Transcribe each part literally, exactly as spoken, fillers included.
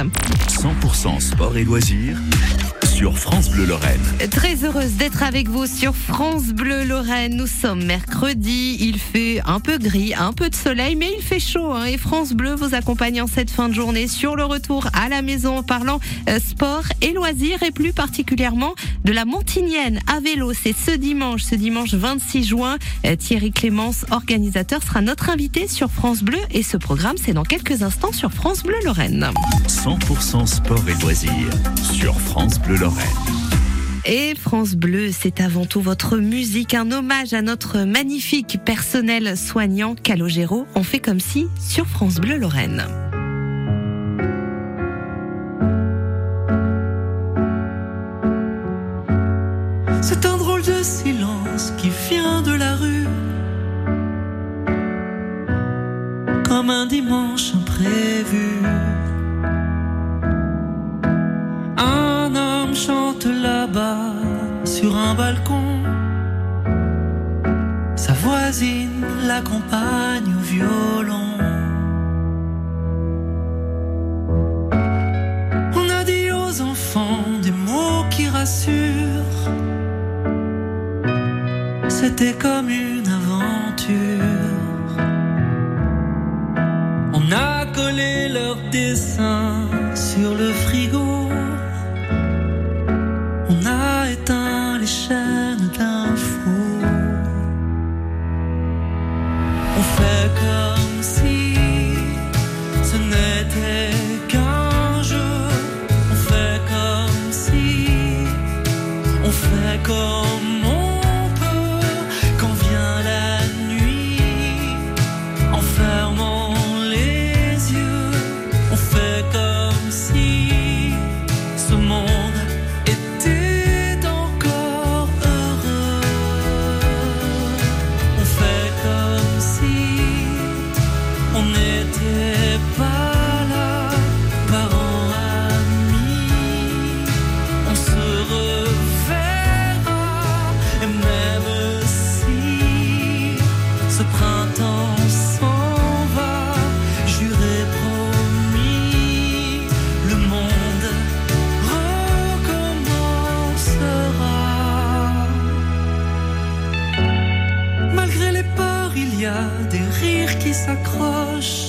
cent pour cent sport et loisirs sur France Bleu Lorraine. Très heureuse d'être avec vous sur France Bleu Lorraine. Nous sommes mercredi, il fait un peu gris, un peu de soleil, mais il fait chaud. Hein, et France Bleu vous accompagne en cette fin de journée sur le retour à la maison en parlant euh, sport et loisirs et plus particulièrement de la Montignienne à vélo. C'est ce dimanche, ce dimanche vingt-six juin. Euh, Thierry Clémence, organisateur, sera notre invité sur France Bleu et ce programme, c'est dans quelques instants sur France Bleu Lorraine. cent pour cent sport et loisirs sur France Bleu Lorraine. Et France Bleu, c'est avant tout votre musique, un hommage à notre magnifique personnel soignant Calogero. On fait comme si sur France Bleu Lorraine. C'est un drôle de silence qui vient de la rue, comme un dimanche imprévu. Un homme chante là-bas sur un balcon, sa voisine l'accompagne au violon. On a dit aux enfants des mots qui rassurent, c'était comme une aventure. On a collé leurs dessins sur le frigo, on a éteint les chaînes d'infos. On fait comme si ce n'était qu'un jeu. On fait comme si, on fait comme on peut. Quand vient la nuit, en fermant les yeux, on fait comme si ce monde était encore heureux. On fait comme si on n'était pas là, parents, amis. On se reverra, et même si ce printemps s'en va, juré, promis, le monde recommencera. Malgré les peurs, il y a des rires qui s'accrochent.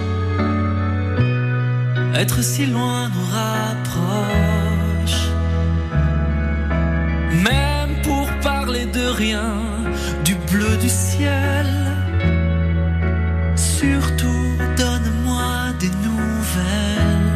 Être si loin nous rapproche. Même pour parler de rien, du bleu du ciel. Surtout, donne-moi des nouvelles.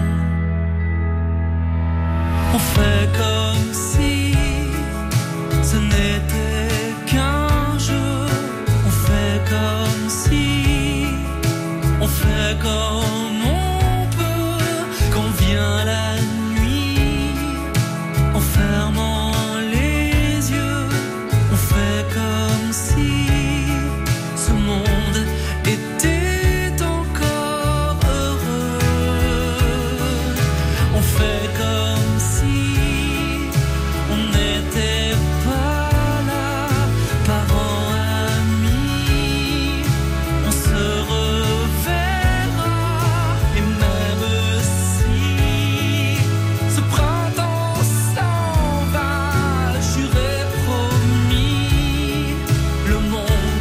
On fait comme si ce n'était qu'un jeu. On fait comme si, on fait comme on peut. Quand vient la nuit, en fermant les yeux, on fait comme si ce monde était encore heureux. On fait comme si on n'était pas là, parents, amis. On se reverra, et même si ce printemps s'en va, juré, promis, le monde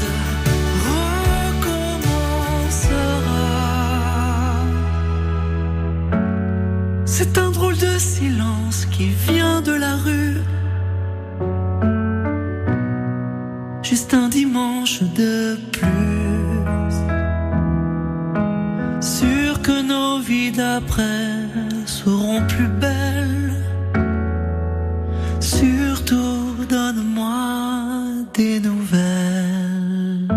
recommencera. C'est un drôle de silence qui vient de la rue, juste un dimanche de plus. Sûr que nos vies d'après seront plus belles. Surtout, donne-moi des nouvelles.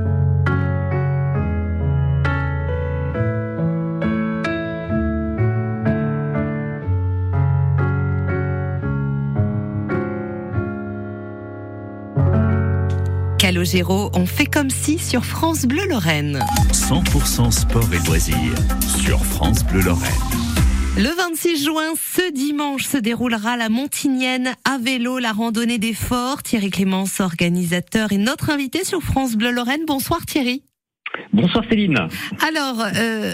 Calogero, on fait comme si sur France Bleu Lorraine. cent pour cent sport et loisirs sur France Bleu Lorraine. Le vingt-six juin, ce dimanche, se déroulera la Montignienne à vélo, la randonnée des forts. Thierry Clémence, organisateur, est notre invité sur France Bleu Lorraine. Bonsoir Thierry. Bonsoir Céline. Alors, euh,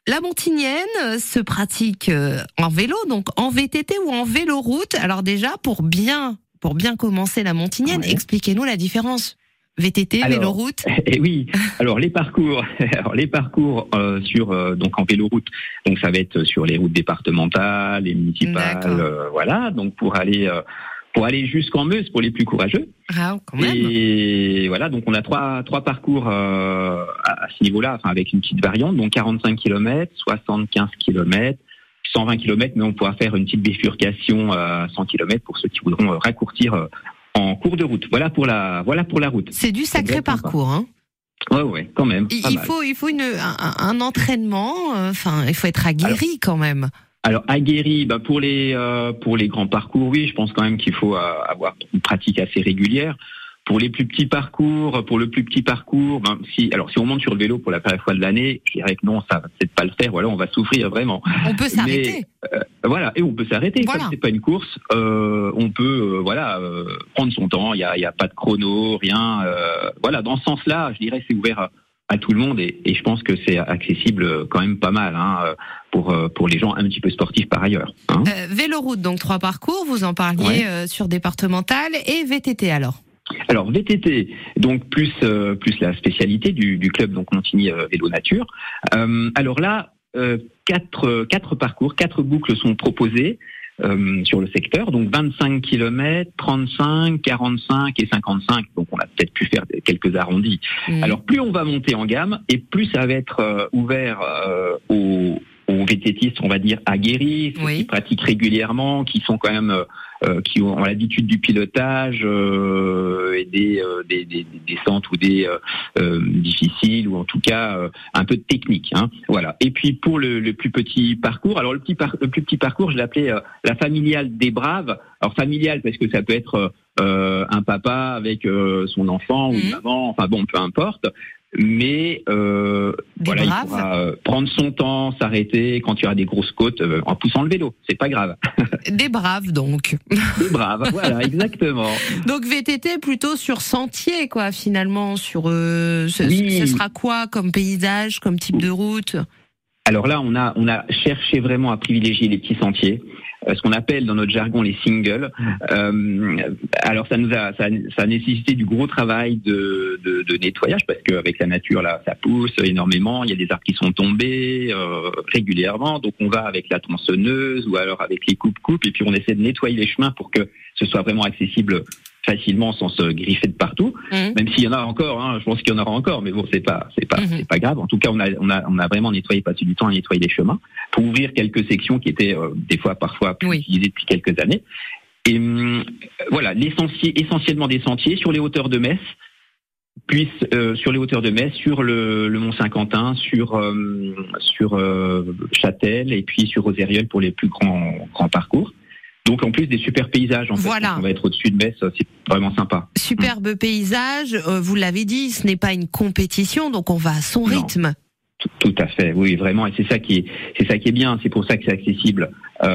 la Montignienne se pratique en vélo, donc en V T T ou en véloroute. Alors déjà, pour bien, pour bien commencer la Montignienne, ouais. expliquez-nous la différence. V T T, alors, véloroute. Eh oui. Alors les parcours, alors les parcours euh, sur euh, donc en véloroute, donc ça va être sur les routes départementales, et municipales, euh, voilà. Donc pour aller euh, pour aller jusqu'en Meuse pour les plus courageux. Ah, quand même. Et voilà, donc on a trois trois parcours euh, à, à ce niveau-là, enfin avec une petite variante, donc quarante-cinq kilomètres, soixante-quinze kilomètres, cent vingt kilomètres, mais on pourra faire une petite bifurcation à cent kilomètres pour ceux qui voudront euh, raccourcir. Euh, en cours de route. Voilà pour la, voilà pour la route. C'est du sacré parcours, hein. Ouais, ouais, quand même. Il, il faut, il faut une, un, un entraînement. Enfin, euh, il faut être aguerri alors, quand même. Alors aguerri, bah pour les, euh, pour les grands parcours, oui, je pense quand même qu'il faut euh, avoir une pratique assez régulière. Pour les plus petits parcours, pour le plus petit parcours, ben, si, alors si on monte sur le vélo pour la première fois de l'année, je dirais que non, ça va peut-être pas le faire. Voilà, on va souffrir vraiment. On peut s'arrêter. Mais, euh, voilà, et on peut s'arrêter. Voilà. Comme c'est pas une course, euh, on peut, euh, voilà, euh, prendre son temps. Il y a, il y a pas de chrono, rien. Euh, voilà, dans ce sens-là, je dirais, c'est ouvert à, à tout le monde et, et je pense que c'est accessible quand même pas mal, hein, pour pour les gens un petit peu sportifs par ailleurs. Hein. Euh, véloroute, donc trois parcours. Vous en parliez ouais. euh, sur départemental et V T T alors. Alors V T T, donc plus euh, plus la spécialité du, du club donc Montigny euh, Vélo Nature. Euh, alors là, euh, quatre quatre parcours, quatre boucles sont proposées euh, sur le secteur, donc vingt-cinq kilomètres, trente-cinq, quarante-cinq et cinquante-cinq. Donc on a peut-être pu faire quelques arrondis. Mmh. Alors plus on va monter en gamme et plus ça va être euh, ouvert euh, aux aux V T Tistes, on va dire aguerris, ceux oui. qui pratiquent régulièrement, qui sont quand même euh, qui ont l'habitude du pilotage euh, et des, euh, des, des, des descentes ou des euh, euh, difficiles ou en tout cas euh, un peu de technique. Hein. Voilà. Et puis pour le, le plus petit parcours, alors le petit par, le plus petit parcours, je l'appelais euh, la familiale des braves. Alors familiale parce que ça peut être euh, un papa avec euh, son enfant mmh. ou une maman, enfin bon, peu importe. Mais euh, voilà, braves. Il pourra euh, prendre son temps, s'arrêter quand il y aura des grosses côtes euh, en poussant le vélo. C'est pas grave. Des braves donc. Des braves, voilà, exactement. Donc V T T plutôt sur sentier, quoi, finalement. Sur, euh, ce, oui. ce sera quoi comme paysage, comme type de route ? Alors là, on a on a cherché vraiment à privilégier les petits sentiers. Ce qu'on appelle dans notre jargon les singles. Euh, alors ça nous a ça, ça a nécessité du gros travail de, de, de nettoyage parce qu'avec la nature là ça pousse énormément, il y a des arbres qui sont tombés euh, régulièrement, donc on va avec la tronçonneuse ou alors avec les coupes-coupes et puis on essaie de nettoyer les chemins pour que ce soit vraiment accessible facilement sans se griffer de partout, mmh. même s'il y en a encore, hein, je pense qu'il y en aura encore, mais bon, c'est pas, c'est pas, mmh. c'est pas grave. En tout cas, on a, on a, on a vraiment nettoyé, passé du temps à nettoyer les chemins pour ouvrir quelques sections qui étaient euh, des fois, parfois, plus oui. utilisées depuis quelques années. Et hum, voilà, l'essentiel, essentiellement des sentiers sur les hauteurs de Metz, puis euh, sur les hauteurs de Metz, sur le, le Mont Saint-Quentin, sur euh, sur euh, Châtel et puis sur Rosérieul pour les plus grands grands parcours. Donc en plus des super paysages, en fait, voilà. On va être au-dessus de Metz, c'est vraiment sympa. Superbe mmh. paysage, euh, vous l'avez dit, ce n'est pas une compétition, donc on va à son non. rythme. Tout, tout à fait, oui, vraiment, et c'est ça qui est, c'est ça qui est bien. C'est pour ça que c'est accessible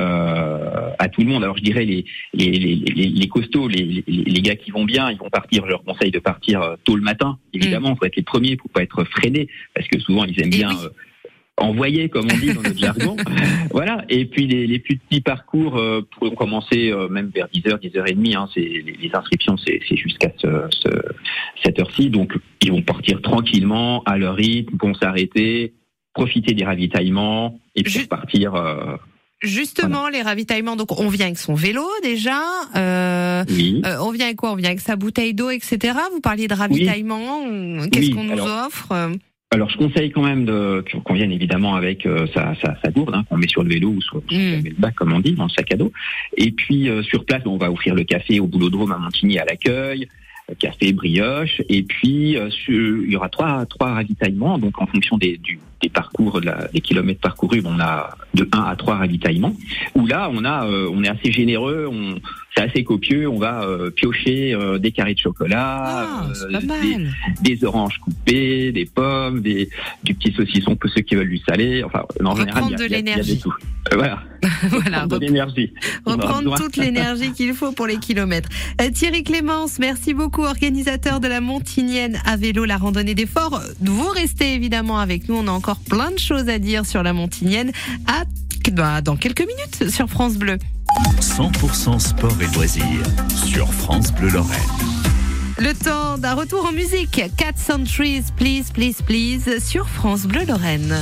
euh, à tout le monde. Alors je dirais les les les, les, les costauds, les, les les gars qui vont bien, ils vont partir. Je leur conseille de partir tôt le matin. Évidemment, mmh. faut être les premiers pour pas être freinés, parce que souvent ils aiment et bien. Oui. Euh, envoyer, comme on dit dans notre jargon. Voilà. Et puis les, les plus petits parcours euh, pourront commencer euh, même vers dix heures, dix heures trente. Hein, c'est, les, les inscriptions, c'est, c'est jusqu'à ce, ce, cette heure-ci. Donc, ils vont partir tranquillement, à leur rythme, vont s'arrêter, profiter des ravitaillements et puis repartir... Euh, Justement, voilà. Les ravitaillements, donc on vient avec son vélo déjà, euh, oui. euh, on vient avec quoi ? On vient avec sa bouteille d'eau, et cetera. Vous parliez de ravitaillement, oui. Qu'est-ce oui. qu'on nous Alors... offre ? Alors, je conseille quand même de, qu'on vienne évidemment avec euh, sa, sa, sa gourde, hein, qu'on met sur le vélo ou sur, sur mmh. le bac, comme on dit, dans le sac à dos. Et puis, euh, sur place, on va offrir le café au Boulodrome à Montigny à l'accueil, café, brioche. Et puis, euh, sur, il y aura trois, trois ravitaillements. Donc, en fonction des, du, des parcours, de la, des kilomètres parcourus, on a de un à trois ravitaillements. Où là, on a, euh, on est assez généreux. On, c'est assez copieux. On va euh, piocher euh, des carrés de chocolat, Ah, c'est euh, pas mal. des, des oranges coupées, des pommes, des, du petit saucisson pour ceux qui veulent du salé. Enfin, en général, il y a, Reprendre de il y a- il y a l'énergie. de tout. Euh, voilà, Voilà, de rep- l'énergie. On a reprendre besoin. toute l'énergie qu'il faut pour les kilomètres. Euh, Thierry Clémence, merci beaucoup, organisateur de la Montignienne à vélo, la randonnée des forts. Vous restez évidemment avec nous, on a encore plein de choses à dire sur la Montignienne à, bah, dans quelques minutes sur France Bleu. cent pour cent sport et loisirs sur France Bleu Lorraine. Le temps d'un retour en musique. Cat Centuries, please, please, please, sur France Bleu Lorraine.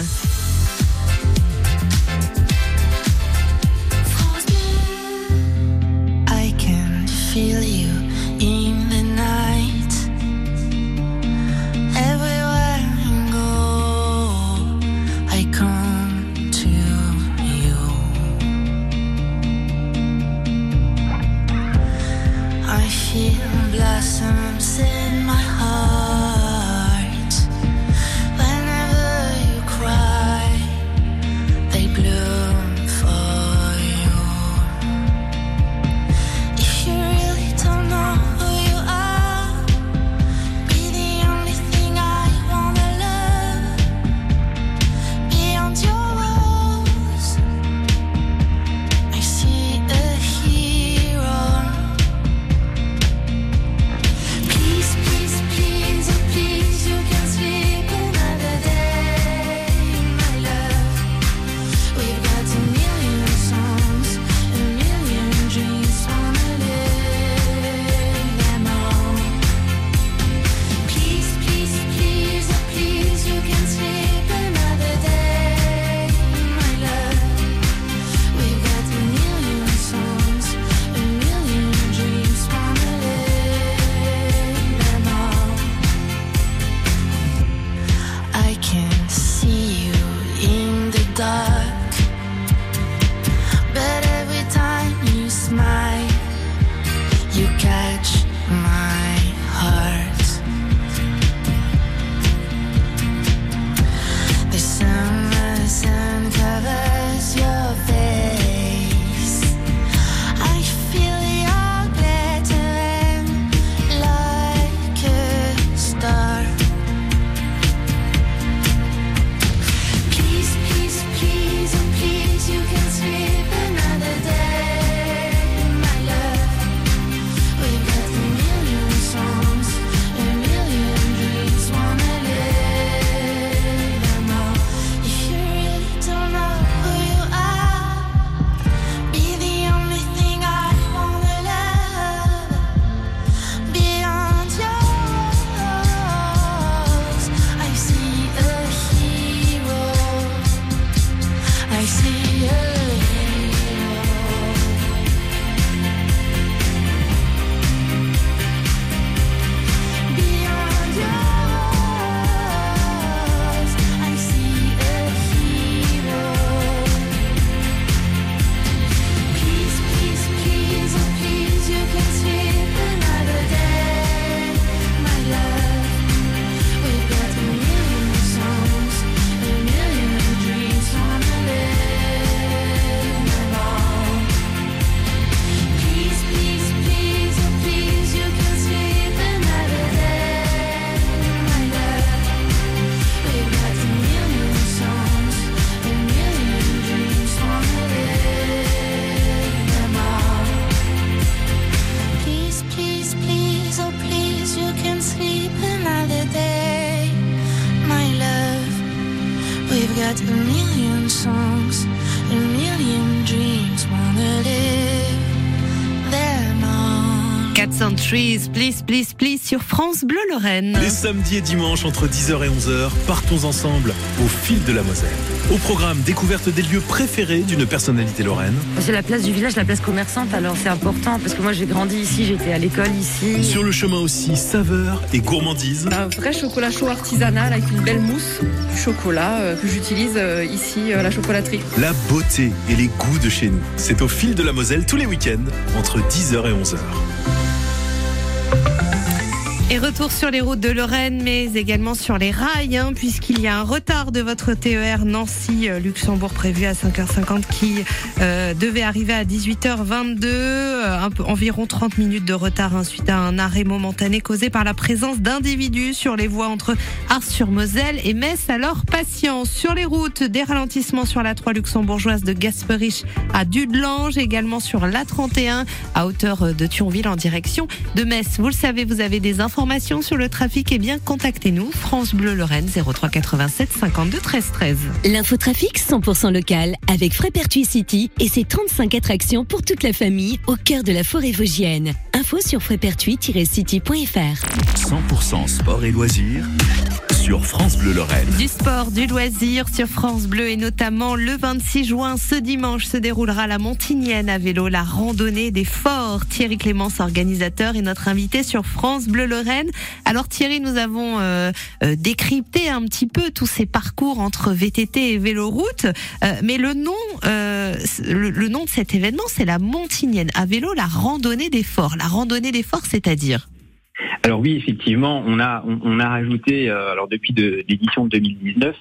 I can feel you in the night. Everywhere I go, I come to you. I feel blossoms in my heart. Whenever you cry, they bloom for you. If you really don't know who you are, be the only thing I wanna love. Beyond your walls, I see a hero. Please, please, please, oh please, you can sleep another day, my love. We've got a million songs, a million dreams, wanna live them all. Please, please, please, oh please, you can sleep another day, my love. We've got a million songs, a million dreams, wanna live them all. I can see you in the dark, but every time you smile, you catch my heart. The summer sun covers your face. I feel your glittering like a star. Please, please, please, oh please, you can sleep another day, my love. We've got a million songs, a million dreams, wanna live them all. If you really don't know who you are, be the only thing I wanna love. Beyond your walls, I see a hero. I see a hero. Beyond your walls, I see a hero. Please, please, please, oh please, you can sleep another day, my love. We've got a million songs, a million dreams, wanna live them all. Please, please, please, oh please, you can sleep another day, my love. We've got a million songs, a million dreams, wanna live them all. Please, please, please, oh please, you can sleep another day, my love. We've got a million songs, a million dreams, wanna live them all. Cat Centuries, please, please, please, sur France Bleu Lorraine. Les samedis et dimanches entre dix heures et onze heures, partons ensemble au fil de la Moselle. Au programme, découverte des lieux préférés d'une personnalité lorraine. C'est la place du village, la place commerçante, alors c'est important parce que moi j'ai grandi ici, j'étais à l'école ici. Sur le chemin aussi, saveurs et gourmandises. Un vrai chocolat chaud artisanal avec une belle mousse, du chocolat euh, que j'utilise euh, ici euh, à la chocolaterie. La beauté et les goûts de chez nous. C'est au fil de la Moselle tous les week-ends entre dix heures et onze heures. Et retour sur les routes de Lorraine, mais également sur les rails, hein, puisqu'il y a un retard de votre T E R Nancy-Luxembourg prévu à cinq heures cinquante qui euh, devait arriver à dix-huit heures vingt-deux. Euh, un peu, environ trente minutes de retard hein, suite à un arrêt momentané causé par la présence d'individus sur les voies entre Ars-sur-Moselle et Metz. Alors, patience. Sur les routes, des ralentissements sur la trois luxembourgeoise de Gasperich à Dudelange, également sur la trente et un à hauteur de Thionville en direction de Metz. Vous le savez, vous avez des informations Informations sur le trafic, eh bien contactez-nous France Bleu Lorraine zéro trois quatre-vingt-sept cinquante-deux treize treize. L'infotrafic cent pour cent local avec Frépertuis City et ses trente-cinq attractions pour toute la famille au cœur de la forêt vosgienne. Info sur frépertuis tiret city point f r. cent pour cent sport et loisirs sur France Bleu Lorraine. Du sport, du loisir sur France Bleu et notamment le vingt-six juin, ce dimanche, se déroulera la Montignienne à vélo, la randonnée des forts. Thierry Clémence, organisateur, est notre invité sur France Bleu Lorraine. Alors Thierry, nous avons euh, euh, décrypté un petit peu tous ces parcours entre V T T et véloroute, euh, mais le nom, euh, le, le nom de cet événement, c'est la Montignienne à vélo, la randonnée des forts. La randonnée des forts, c'est-à-dire ? Alors oui, effectivement, on a on, on a rajouté euh, alors depuis de, l'édition de deux mille dix-neuf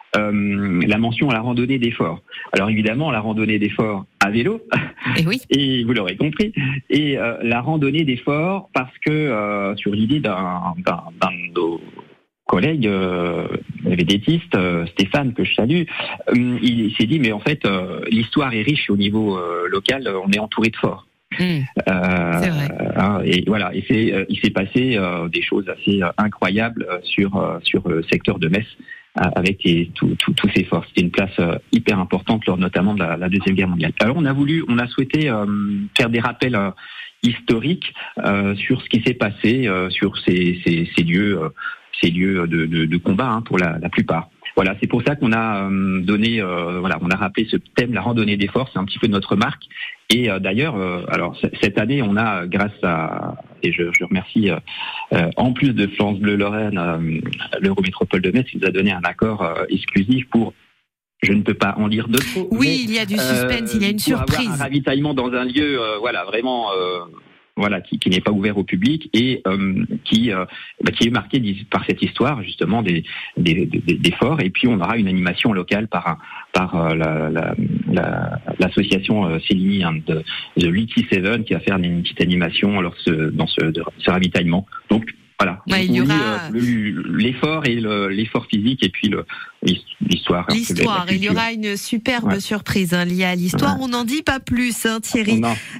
euh, la mention à la randonnée des forts. Alors évidemment, la randonnée des forts à vélo, et, oui. et vous l'aurez compris, et euh, la randonnée des forts parce que euh, sur l'idée d'un, d'un, d'un de nos collègues euh, vététistes, euh, Stéphane, que je salue, euh, il s'est dit mais en fait euh, l'histoire est riche au niveau euh, local, on est entouré de forts. Mmh. Euh, c'est vrai. Hein, et voilà, et c'est, euh, il s'est passé euh, des choses assez euh, incroyables euh, sur euh, sur le secteur de Metz euh, avec les, tous ces forts. C'était une place euh, hyper importante lors notamment de la, la deuxième guerre mondiale. Alors on a voulu, on a souhaité euh, faire des rappels euh, historiques euh, sur ce qui s'est passé euh, sur ces, ces, ces lieux, euh, ces lieux de, de, de combat hein, pour la, la plupart. Voilà, c'est pour ça qu'on a euh, donné, euh, voilà, on a rappelé ce thème, la randonnée des forts, c'est un petit peu notre marque. Et euh, d'ailleurs, euh, alors c- cette année, on a, grâce à, et je, je remercie, euh, euh, en plus de France Bleu Lorraine, euh, l'Eurométropole de Metz, qui nous a donné un accord euh, exclusif pour, je ne peux pas en lire d'autres mots. Oui, mais, il y a du suspense, euh, il y a une pour surprise. avoir un ravitaillement dans un lieu, euh, voilà, vraiment. Euh, Voilà, qui, qui n'est pas ouvert au public et euh, qui euh, bah, qui est marqué par cette histoire justement des, des, des, des forts. Et puis on aura une animation locale par par euh, la, la, la, l'association euh, Céline hein, de, de Litty Seven qui va faire une petite animation alors ce, dans ce, de, ce ravitaillement. Donc voilà, ouais, il y aura euh, le, l'effort et le, l'effort physique et puis le, l'histoire. L'histoire, hein, il y aura une superbe ouais. surprise hein, liée à l'histoire. Ouais. On n'en dit pas plus, hein, Thierry.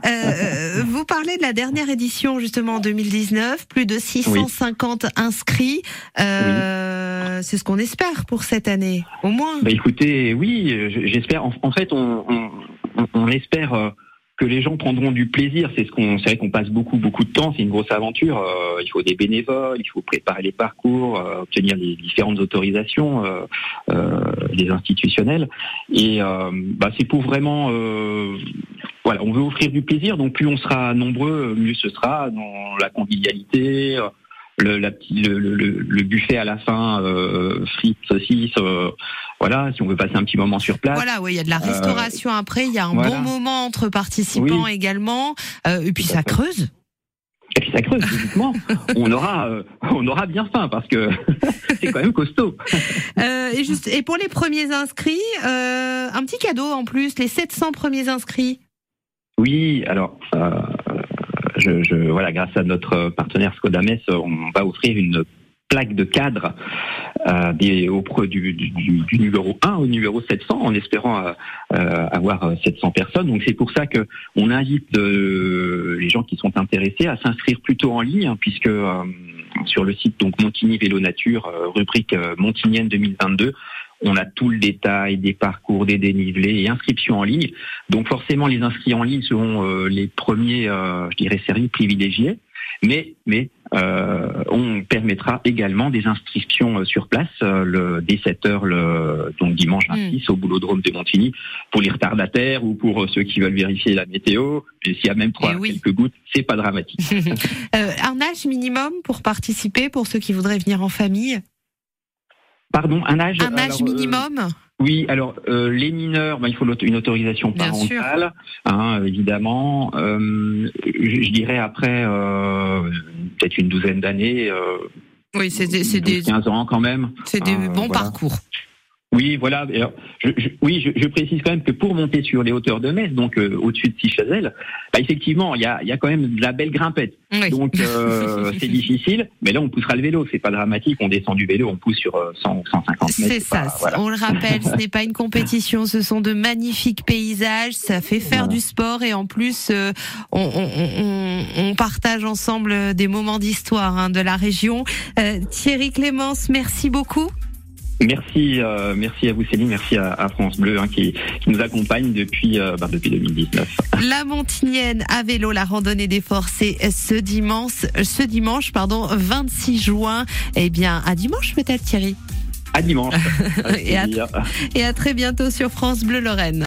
Euh, vous parlez de la dernière édition justement en deux mille dix-neuf, plus de six cent cinquante oui. inscrits. Euh, oui. C'est ce qu'on espère pour cette année, au moins. Bah écoutez, oui, j'espère. En, en fait, on, on, on espère. Euh, que les gens prendront du plaisir, c'est ce qu'on, c'est vrai qu'on passe beaucoup, beaucoup de temps, c'est une grosse aventure, euh, il faut des bénévoles, il faut préparer les parcours, euh, obtenir les différentes autorisations, euh, euh, les institutionnelles, et euh, bah, c'est pour vraiment, euh, voilà, on veut offrir du plaisir, donc plus on sera nombreux, mieux ce sera, dans la convivialité, euh, Le, la, le, le, le buffet à la fin, euh, frites, saucisses, euh, voilà, si on veut passer un petit moment sur place. Voilà, oui, il y a de la restauration euh, après, il y a un voilà. bon moment entre participants oui. également, euh, et puis ça creuse. Et puis ça creuse, logiquement. on aura, euh, on aura bien faim parce que c'est quand même costaud. Euh, et, juste, et pour les premiers inscrits, euh, un petit cadeau en plus, les sept cents premiers inscrits. Oui, alors. Euh, Je, je, voilà, grâce à notre partenaire Skoda Metz, on va offrir une plaque de cadre euh, des, au, du, du, du numéro un au numéro sept cents, en espérant euh, euh, avoir sept cents personnes. Donc c'est pour ça que on invite euh, les gens qui sont intéressés à s'inscrire plutôt en ligne, hein, puisque euh, sur le site donc Montigny Vélo Nature, euh, rubrique euh, Montignienne deux mille vingt-deux. On a tout le détail des parcours, des dénivelés et inscriptions en ligne. Donc forcément, les inscrits en ligne seront euh, les premiers, euh, je dirais, servis privilégiés. Mais, mais euh, on permettra également des inscriptions sur place euh, le, dès sept heures, le, donc dimanche vingt-six, mmh. au boulodrome de Montigny, pour les retardataires ou pour ceux qui veulent vérifier la météo. Et s'il y a même trois, oui. quelques gouttes, c'est pas dramatique. euh, un âge minimum pour participer, pour ceux qui voudraient venir en famille? Pardon, un âge Un âge alors, minimum euh, Oui, alors euh, les mineurs, ben, il faut une autorisation parentale, hein, évidemment. Euh, je, je dirais après euh, peut-être une douzaine d'années. Euh, Oui, c'est des, c'est des, quinze ans quand même. c'est des Euh, bons voilà. parcours. Oui, voilà. Alors, je, je, oui, je, je précise quand même que pour monter sur les hauteurs de Metz, donc euh, au-dessus de Sichazel, bah, effectivement, il y a, il y a quand même de la belle grimpette. Oui. Donc euh, c'est difficile, mais là on poussera le vélo, c'est pas dramatique, on descend du vélo, on pousse sur euh, cent, cent cinquante mètres. C'est ça, pas- voilà. on le rappelle, ce n'est pas une compétition, ce sont de magnifiques paysages, ça fait faire Voilà. du sport et en plus euh, on, on, on, on partage ensemble des moments d'histoire hein, de la région. Euh, Thierry Clémence, merci beaucoup. Merci, euh, merci à vous Céline, merci à, à France Bleu hein, qui, qui nous accompagne depuis, euh, bah, depuis deux mille dix-neuf. La Montignienne à vélo, la randonnée des forces, c'est ce dimanche, ce dimanche pardon, vingt-six juin. Eh bien, à dimanche peut-être Thierry. À dimanche. Avec Et à- plaisir. Et à très bientôt sur France Bleu Lorraine.